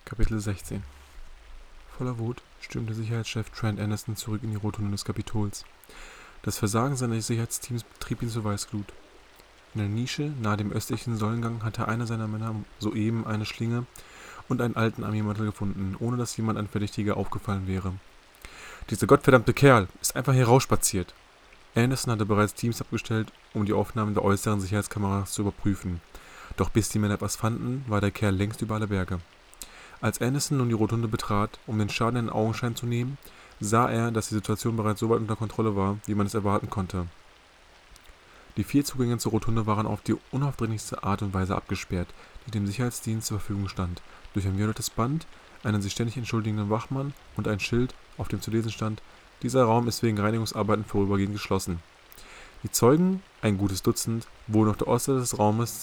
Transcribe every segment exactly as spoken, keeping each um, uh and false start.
Kapitel sechzehn. Voller Wut stürmte Sicherheitschef Trent Anderson zurück in die Rotunde des Kapitols. Das Versagen seines Sicherheitsteams trieb ihn zur Weißglut. In der Nische nahe dem östlichen Säulengang hatte einer seiner Männer soeben eine Schlinge und einen alten Armeemantel gefunden, ohne dass jemand ein Verdächtiger aufgefallen wäre. »Dieser gottverdammte Kerl ist einfach hier rausspaziert!« Anderson hatte bereits Teams abgestellt, um die Aufnahmen der äußeren Sicherheitskameras zu überprüfen. Doch bis die Männer etwas fanden, war der Kerl längst über alle Berge. Als Anderson nun die Rotunde betrat, um den Schaden in den Augenschein zu nehmen, sah er, dass die Situation bereits so weit unter Kontrolle war, wie man es erwarten konnte. Die vier Zugänge zur Rotunde waren auf die unaufdringlichste Art und Weise abgesperrt, die dem Sicherheitsdienst zur Verfügung stand, durch ein violettes Band, einen sich ständig entschuldigenden Wachmann und ein Schild, auf dem zu lesen stand: »Dieser Raum ist wegen Reinigungsarbeiten vorübergehend geschlossen.« Die Zeugen, ein gutes Dutzend, wurden auf der Ostseite des Raumes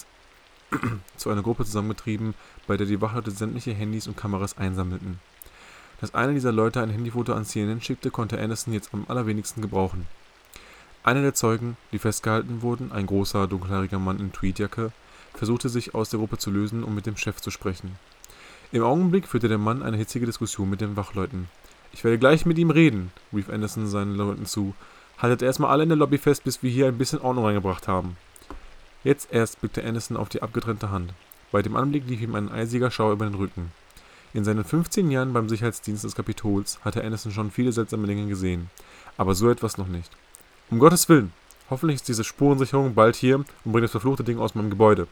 zu einer Gruppe zusammengetrieben, bei der die Wachleute sämtliche Handys und Kameras einsammelten. Dass einer dieser Leute ein Handyfoto an C N N schickte, konnte Anderson jetzt am allerwenigsten gebrauchen. Einer der Zeugen, die festgehalten wurden, ein großer, dunkelhaariger Mann in Tweedjacke, versuchte sich aus der Gruppe zu lösen, um mit dem Chef zu sprechen. Im Augenblick führte der Mann eine hitzige Diskussion mit den Wachleuten. »Ich werde gleich mit ihm reden«, rief Anderson seinen Leuten zu. »Haltet erstmal alle in der Lobby fest, bis wir hier ein bisschen Ordnung reingebracht haben.« Jetzt erst blickte Anderson auf die abgetrennte Hand. Bei dem Anblick lief ihm ein eisiger Schauer über den Rücken. In seinen fünfzehn Jahren beim Sicherheitsdienst des Kapitols hatte Anderson schon viele seltsame Dinge gesehen, aber so etwas noch nicht. »Um Gottes Willen! Hoffentlich ist diese Spurensicherung bald hier und bringt das verfluchte Ding aus meinem Gebäude.«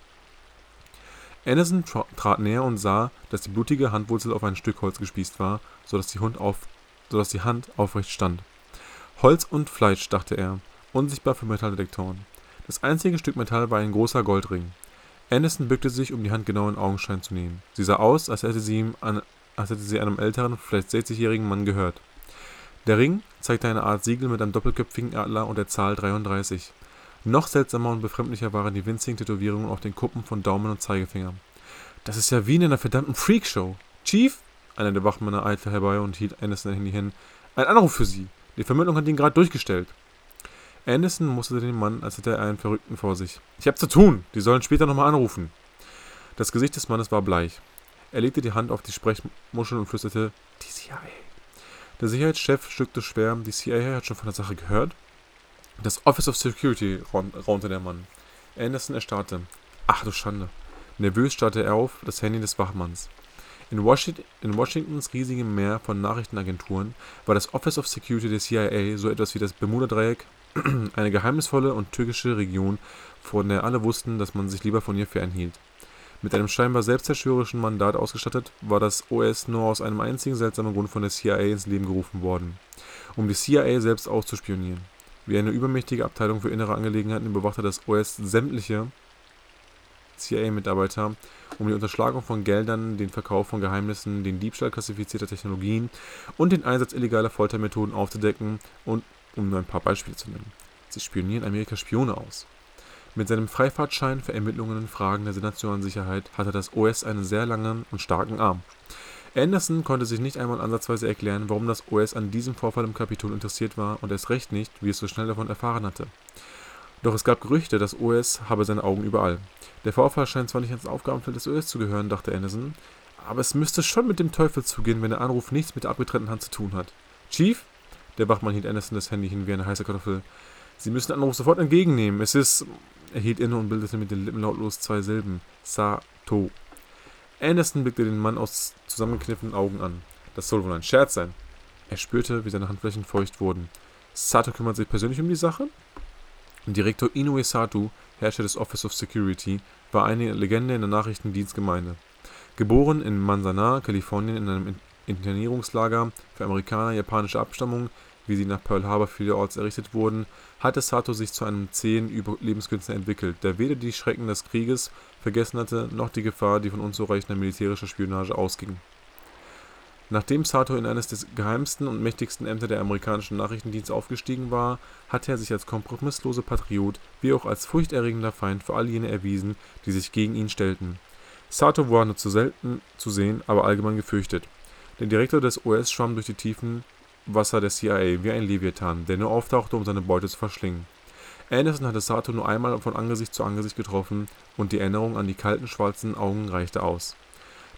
Anderson trat näher und sah, dass die blutige Handwurzel auf ein Stück Holz gespießt war, sodass die, Hund auf, sodass die Hand aufrecht stand. Holz und Fleisch, dachte er, unsichtbar für Metalldetektoren. Das einzige Stück Metall war ein großer Goldring. Anderson bückte sich, um die Hand genau in Augenschein zu nehmen. Sie sah aus, als hätte sie, ihm an, als hätte sie einem älteren, vielleicht sechzigjährigen Mann gehört. Der Ring zeigte eine Art Siegel mit einem doppelköpfigen Adler und der Zahl dreiunddreißig. Noch seltsamer und befremdlicher waren die winzigen Tätowierungen auf den Kuppen von Daumen und Zeigefinger. »Das ist ja wie in einer verdammten Freakshow! Chief!« Einer der Wachmänner eilte herbei und hielt Anderson ein Handy hin. »Ein Anruf für Sie! Die Vermittlung hat ihn gerade durchgestellt!« Anderson musterte den Mann, als hätte er einen Verrückten vor sich. »Ich hab zu tun! Die sollen später nochmal anrufen!« Das Gesicht des Mannes war bleich. Er legte die Hand auf die Sprechmuschel und flüsterte: »Die C I A.« Der Sicherheitschef schluckte schwer. »Die C I A hat schon von der Sache gehört?« »Das Office of Security«, raunte der Mann. Anderson erstarrte. »Ach du Schande!« Nervös starrte er auf das Handy des Wachmanns. In, Washington, in Washingtons riesigem Meer von Nachrichtenagenturen war das Office of Security der C I A so etwas wie das Bermuda-Dreieck, eine geheimnisvolle und tückische Region, von der alle wussten, dass man sich lieber von ihr fernhielt. Mit einem scheinbar selbstzerstörerischen Mandat ausgestattet, war das O S nur aus einem einzigen seltsamen Grund von der C I A ins Leben gerufen worden: um die C I A selbst auszuspionieren. Wie eine übermächtige Abteilung für innere Angelegenheiten überwachte das O S sämtliche C I A-Mitarbeiter, um die Unterschlagung von Geldern, den Verkauf von Geheimnissen, den Diebstahl klassifizierter Technologien und den Einsatz illegaler Foltermethoden aufzudecken und um nur ein paar Beispiele zu nennen. Sie spionieren Amerikas Spione aus. Mit seinem Freifahrtschein für Ermittlungen in Fragen der nationalen Sicherheit hatte das O S einen sehr langen und starken Arm. Anderson konnte sich nicht einmal ansatzweise erklären, warum das O S an diesem Vorfall im Kapitol interessiert war und erst recht nicht, wie es so schnell davon erfahren hatte. Doch es gab Gerüchte, das O S habe seine Augen überall. Der Vorfall scheint zwar nicht ans Aufgabenfeld des O S zu gehören, dachte Anderson, aber es müsste schon mit dem Teufel zugehen, wenn der Anruf nichts mit der abgetrennten Hand zu tun hat. »Chief?« Der Wachmann hielt Anderson das Handy hin wie eine heiße Kartoffel. »Sie müssen den Anruf sofort entgegennehmen. Es ist...« Er hielt inne und bildete mit den Lippen lautlos zwei Silben. »Sato.« Anderson blickte den Mann aus zusammengekniffenen Augen an. Das soll wohl ein Scherz sein. Er spürte, wie seine Handflächen feucht wurden. »Sato kümmert sich persönlich um die Sache?« Direktor Inoue Sato, Herrscher des Office of Security, war eine Legende in der Nachrichtendienstgemeinde. Geboren in Manzanar, Kalifornien, in einem Internierungslager für Amerikaner japanischer Abstammung, wie sie nach Pearl Harbor vielerorts errichtet wurden, hatte Sato sich zu einem zähen Überlebenskünstler entwickelt, der weder die Schrecken des Krieges vergessen hatte, noch die Gefahr, die von unzureichender militärischer Spionage ausging. Nachdem Sato in eines der geheimsten und mächtigsten Ämter der amerikanischen Nachrichtendienste aufgestiegen war, hatte er sich als kompromissloser Patriot wie auch als furchterregender Feind für all jene erwiesen, die sich gegen ihn stellten. Sato war nur zu selten zu sehen, aber allgemein gefürchtet. Der Direktor des O S schwamm durch die tiefen Wasser der C I A wie ein Leviathan, der nur auftauchte, um seine Beute zu verschlingen. Anderson hatte Sato nur einmal von Angesicht zu Angesicht getroffen, und die Erinnerung an die kalten schwarzen Augen reichte aus.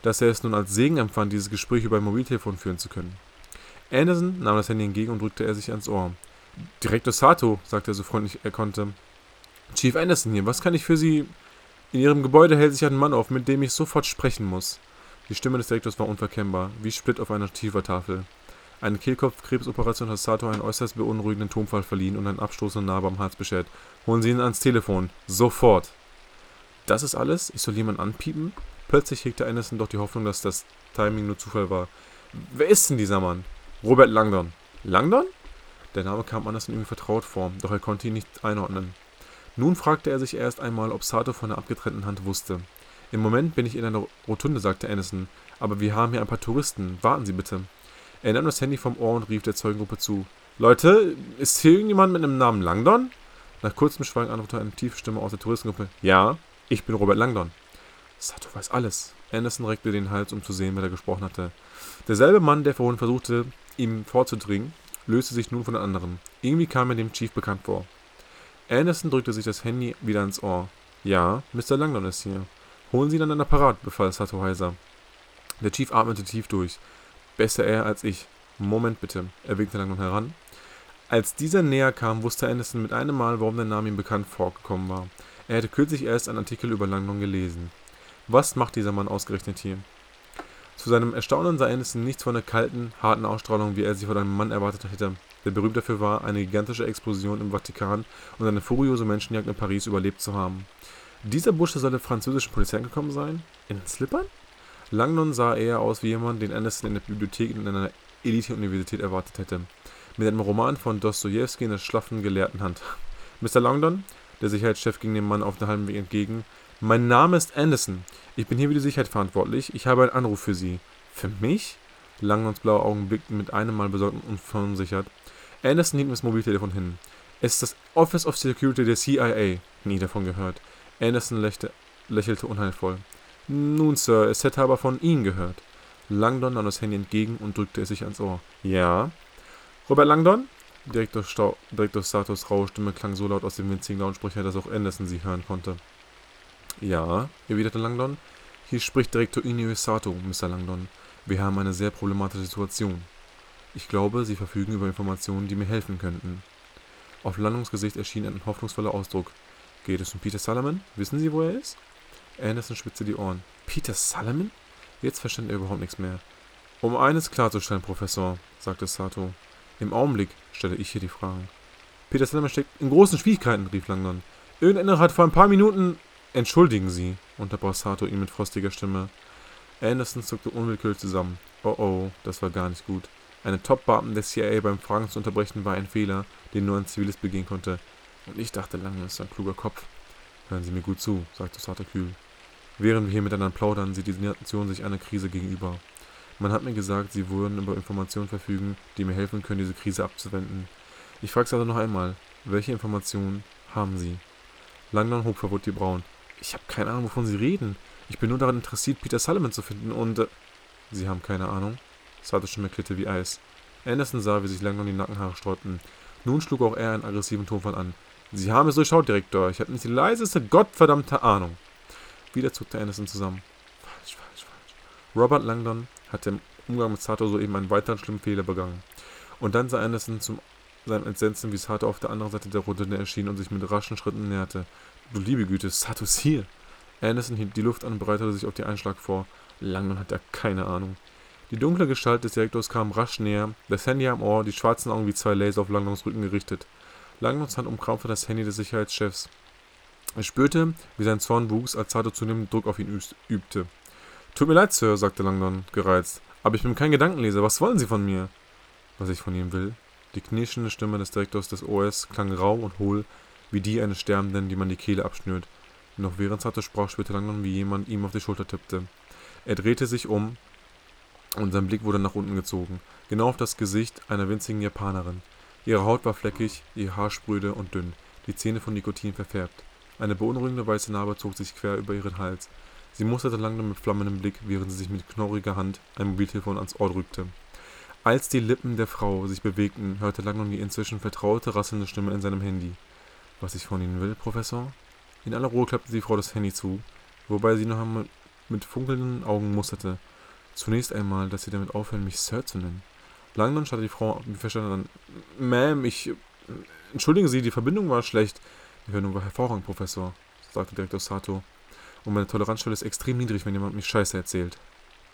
dass er es nun als Segen empfand, dieses Gespräch über ein Mobiltelefon führen zu können. Anderson nahm das Handy entgegen und drückte er sich ans Ohr. »Direktor Sato«, sagte er so freundlich er konnte. »Chief Anderson hier, was kann ich für Sie...« »In Ihrem Gebäude hält sich ein Mann auf, mit dem ich sofort sprechen muss.« Die Stimme des Direktors war unverkennbar, wie Split auf einer Schiefertafel. Eine Kehlkopfkrebsoperation hat Sato einen äußerst beunruhigenden Tonfall verliehen und einen abstoßenden Narbe am Hals beschert. »Holen Sie ihn ans Telefon. Sofort!« »Das ist alles? Ich soll jemanden anpiepen?« Plötzlich hegte Anderson doch die Hoffnung, dass das Timing nur Zufall war. »Wer ist denn dieser Mann?« »Robert Langdon.« »Langdon?« Der Name kam Anderson irgendwie vertraut vor, doch er konnte ihn nicht einordnen. Nun fragte er sich erst einmal, ob Sato von der abgetrennten Hand wusste. »Im Moment bin ich in einer Rotunde«, sagte Anderson, »aber wir haben hier ein paar Touristen. Warten Sie bitte.« Er nahm das Handy vom Ohr und rief der Zeugengruppe zu. »Leute, ist hier irgendjemand mit dem Namen Langdon?« Nach kurzem Schweigen antwortete eine tiefe Stimme aus der Touristengruppe. »Ja, ich bin Robert Langdon.« Sato weiß alles. Anderson reckte den Hals, um zu sehen, wer da gesprochen hatte. Derselbe Mann, der vorhin versuchte, ihm vorzudringen, löste sich nun von den anderen. Irgendwie kam er dem Chief bekannt vor. Anderson drückte sich das Handy wieder ins Ohr. »Ja, Mister Langdon ist hier. Holen Sie ihn an ein Apparat«, befahl Sato heiser. Der Chief atmete tief durch. »Besser er als ich. Moment bitte«, er winkte Langdon heran. Als dieser näher kam, wusste Anderson mit einem Mal, warum der Name ihm bekannt vorgekommen war. Er hatte kürzlich erst einen Artikel über Langdon gelesen. Was macht dieser Mann ausgerechnet hier? Zu seinem Erstaunen sah Anderson nichts von der kalten, harten Ausstrahlung, wie er sie von einem Mann erwartet hätte, der berühmt dafür war, eine gigantische Explosion im Vatikan und eine furiose Menschenjagd in Paris überlebt zu haben. Dieser Bursche soll der französischen Polizei gekommen sein? In Slippern? Langdon sah eher aus wie jemand, den Anderson in der Bibliothek in einer Elite-Universität erwartet hätte. Mit einem Roman von Dostojewski in der schlaffen, gelehrten Hand. »Mister Langdon«, der Sicherheitschef ging dem Mann auf dem halben Weg entgegen. »Mein Name ist Anderson. Ich bin hier für die Sicherheit verantwortlich. Ich habe einen Anruf für Sie.« »Für mich?« Langdons blaue Augen blickten mit einem Mal besorgt und verunsichert. Anderson hielt ihm das Mobiltelefon hin. »Es ist das Office of Security der C I A.« Nie davon gehört. Anderson lächelte, lächelte unheilvoll. »Nun, Sir, es hätte aber von Ihnen gehört.« Langdon nahm das Handy entgegen und drückte es sich ans Ohr. »Ja?« »Robert Langdon?« Direktor, Stau Direktor Satos raue Stimme klang so laut aus dem winzigen Lautsprecher, dass auch Anderson sie hören konnte. »Ja«, erwiderte Langdon. »Hier spricht Direktor Inoue Sato, Mister Langdon. Wir haben eine sehr problematische Situation. Ich glaube, Sie verfügen über Informationen, die mir helfen könnten.« Auf Langdons Gesicht erschien ein hoffnungsvoller Ausdruck. »Geht es um Peter Solomon? Wissen Sie, wo er ist?« Anderson spitzte die Ohren. »Peter Solomon?« Jetzt verstand er überhaupt nichts mehr. »Um eines klarzustellen, Professor«, sagte Sato. »Im Augenblick stelle ich hier die Fragen.« »Peter Solomon steckt in großen Schwierigkeiten«, rief Langdon. »Irgendeiner hat vor ein paar Minuten...« »Entschuldigen Sie«, unterbrach Sato ihn mit frostiger Stimme. Anderson zuckte unwillkürlich zusammen. Oh oh, das war gar nicht gut. Eine Top-Beamten der C I A beim Fragen zu unterbrechen, war ein Fehler, den nur ein Zivilist begehen konnte. Und ich dachte, Langdon ist ein kluger Kopf. »Hören Sie mir gut zu«, sagte Sato kühl. »Während wir hier miteinander plaudern, sieht die Nation sich einer Krise gegenüber. Man hat mir gesagt, Sie würden über Informationen verfügen, die mir helfen können, diese Krise abzuwenden. Ich frage Sie also noch einmal, welche Informationen haben Sie?« Langdon hob verwirrt die Brauen. »Ich habe keine Ahnung, wovon Sie reden. Ich bin nur daran interessiert, Peter Solomon zu finden und...« Äh »Sie haben keine Ahnung?« Satos Stimme klirrte wie Eis. Anderson sah, wie sich Langdon die Nackenhaare sträubten. Nun schlug auch er einen aggressiven Tonfall an. »Sie haben es durchschaut, Direktor. Ich habe nicht die leiseste gottverdammte Ahnung.« Wieder zuckte Anderson zusammen. Falsch, falsch, falsch. Robert Langdon hatte im Umgang mit Sato soeben einen weiteren schlimmen Fehler begangen. Und dann sah Anderson zu seinem Entsetzen, wie Sato auf der anderen Seite der Runde erschien und sich mit raschen Schritten näherte. »Du liebe Güte, Sato ist hier!« Anderson hielt die Luft an und bereitete sich auf den Einschlag vor. Langdon hatte keine Ahnung. Die dunkle Gestalt des Direktors kam rasch näher, das Handy am Ohr, die schwarzen Augen wie zwei Laser auf Langdons Rücken gerichtet. Langdons Hand umkrampfte das Handy des Sicherheitschefs. Er spürte, wie sein Zorn wuchs, als Sato zunehmend Druck auf ihn übte. »Tut mir leid, Sir«, sagte Langdon, gereizt, »aber ich bin kein Gedankenleser. Was wollen Sie von mir?« »Was ich von ihm will?« Die knirschende Stimme des Direktors des O S klang rau und hohl, wie die eines Sterbenden, die man die Kehle abschnürt. Noch während Sato sprach, spürte Langdon, wie jemand ihm auf die Schulter tippte. Er drehte sich um, und sein Blick wurde nach unten gezogen, genau auf das Gesicht einer winzigen Japanerin. Ihre Haut war fleckig, ihr Haar spröde und dünn, die Zähne von Nikotin verfärbt. Eine beunruhigende weiße Narbe zog sich quer über ihren Hals. Sie musterte Langdon mit flammendem Blick, während sie sich mit knorriger Hand ein Mobiltelefon ans Ohr drückte. Als die Lippen der Frau sich bewegten, hörte Langdon die inzwischen vertraute, rasselnde Stimme in seinem Handy. »Was ich von Ihnen will, Professor?« In aller Ruhe klappte die Frau das Handy zu, wobei sie noch einmal mit funkelnden Augen musterte. Zunächst einmal, dass sie damit aufhören, mich Sir zu nennen. Langdon starrte die Frau wie verstanden an. Ma'am, ich... Entschuldigen Sie, die Verbindung war schlecht. Die Verbindung war hervorragend, Professor, sagte Direktor Sato. Und meine Toleranzschwelle ist extrem niedrig, wenn jemand mich Scheiße erzählt.